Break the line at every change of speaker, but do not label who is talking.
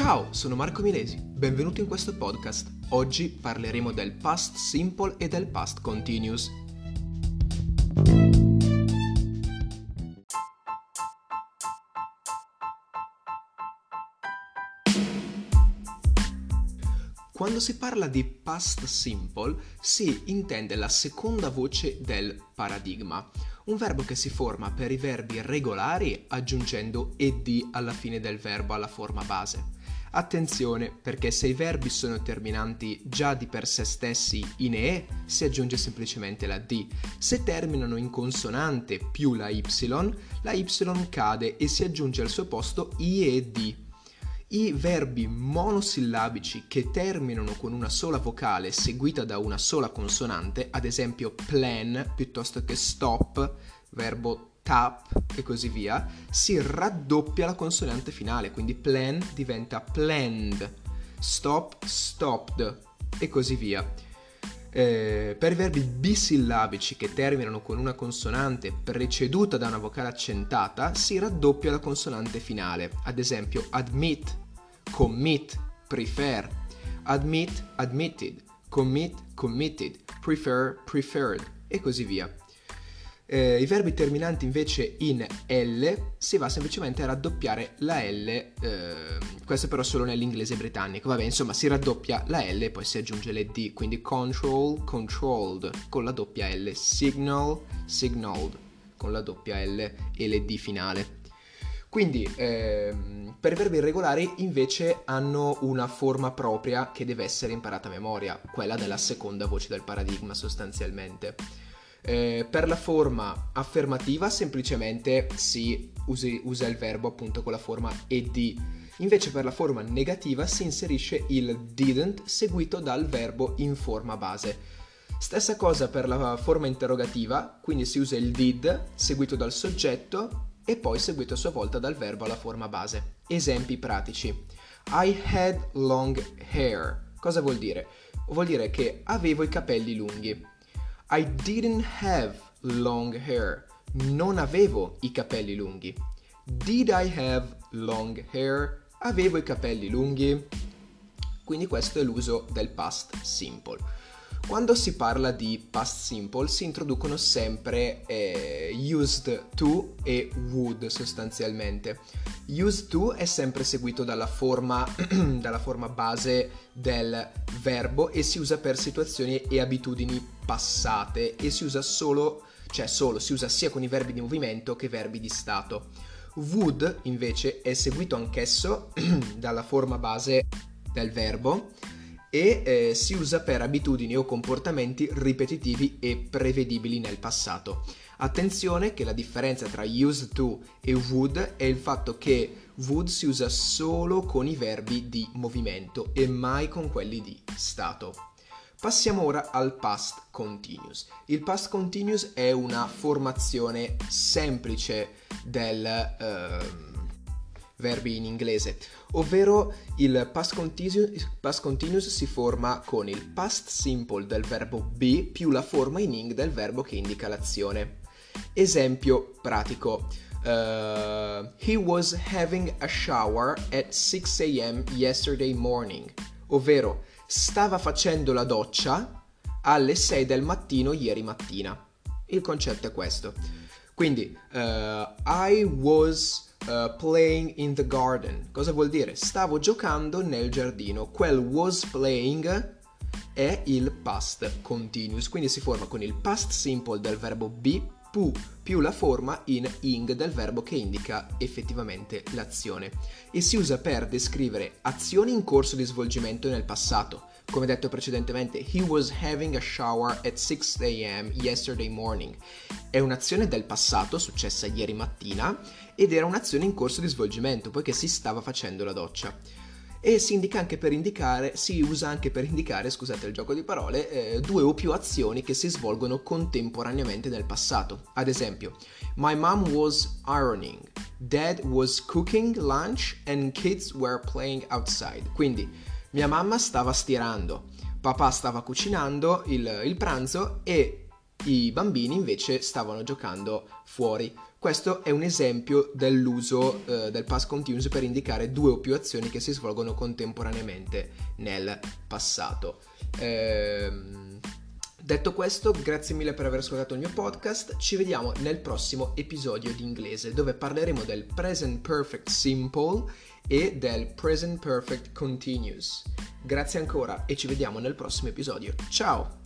Ciao, sono Marco Milesi, benvenuto in questo podcast. Oggi parleremo del past simple e del past continuous. Quando si parla di past simple si intende la seconda voce del paradigma, un verbo che si forma per i verbi regolari aggiungendo ed alla fine del verbo alla forma base. Attenzione, perché se i verbi sono terminanti già di per sé stessi in e, si aggiunge semplicemente la d. Se terminano in consonante più la y cade e si aggiunge al suo posto i e d. I verbi monosillabici che terminano con una sola vocale seguita da una sola consonante, ad esempio plan piuttosto che stop, verbo tap e così via, si raddoppia la consonante finale, quindi plan diventa planned, stop stopped e così via. Per i verbi bisillabici che terminano con una consonante preceduta da una vocale accentata si raddoppia la consonante finale, ad esempio admit, commit, prefer, admit, admitted, commit, committed, prefer, preferred e così via. I verbi terminanti invece in L si va semplicemente a raddoppiare la L, questo però solo nell'inglese britannico, vabbè insomma si raddoppia la L e poi si aggiunge le D, quindi control, controlled con la doppia L, signal, signaled con la doppia L e le D finale. Quindi per i verbi irregolari invece hanno una forma propria che deve essere imparata a memoria, quella della seconda voce del paradigma sostanzialmente. Per la forma affermativa semplicemente si usa il verbo appunto con la forma ed. Invece per la forma negativa si inserisce il didn't seguito dal verbo in forma base. Stessa cosa per la forma interrogativa, quindi si usa il did seguito dal soggetto e poi seguito a sua volta dal verbo alla forma base. Esempi pratici. I had long hair. Cosa vuol dire? Vuol dire che avevo i capelli lunghi. I didn't have long hair. Non avevo i capelli lunghi. Did I have long hair? Avevo i capelli lunghi. Quindi questo è l'uso del past simple. Quando si parla di past simple si introducono sempre used to e would sostanzialmente. Used to è sempre seguito dalla forma base del verbo e si usa per situazioni e abitudini passate e si usa si usa sia con i verbi di movimento che verbi di stato. Would invece è seguito anch'esso dalla forma base del verbo e si usa per abitudini o comportamenti ripetitivi e prevedibili nel passato. Attenzione che la differenza tra used to e would è il fatto che would si usa solo con i verbi di movimento e mai con quelli di stato. Passiamo ora al past continuous. Il past continuous è una formazione semplice del verbi in inglese, ovvero il past continuous si forma con il past simple del verbo be più la forma in ing del verbo che indica l'azione. Esempio pratico. He was having a shower at 6 a.m. yesterday morning, ovvero stava facendo la doccia alle 6 del mattino ieri mattina. Il concetto è questo. Quindi I was playing in the garden. Cosa vuol dire? Stavo giocando nel giardino. Quel was playing è il past continuous, quindi si forma con il past simple del verbo be più la forma in ing del verbo che indica effettivamente l'azione e si usa per descrivere azioni in corso di svolgimento nel passato. Come detto precedentemente, he was having a shower at 6 a.m. yesterday morning. È un'azione del passato successa ieri mattina ed era un'azione in corso di svolgimento poiché si stava facendo la doccia. E si usa anche per indicare, scusate il gioco di parole, due o più azioni che si svolgono contemporaneamente nel passato. Ad esempio, my mom was ironing, dad was cooking lunch and kids were playing outside. Quindi, mia mamma stava stirando, papà stava cucinando il pranzo e i bambini invece stavano giocando fuori. Questo è un esempio dell'uso del past continuous per indicare due o più azioni che si svolgono contemporaneamente nel passato. Detto questo, grazie mille per aver ascoltato il mio podcast. Ci vediamo nel prossimo episodio di inglese, dove parleremo del present perfect simple e del present perfect continuous. Grazie ancora e ci vediamo nel prossimo episodio. Ciao!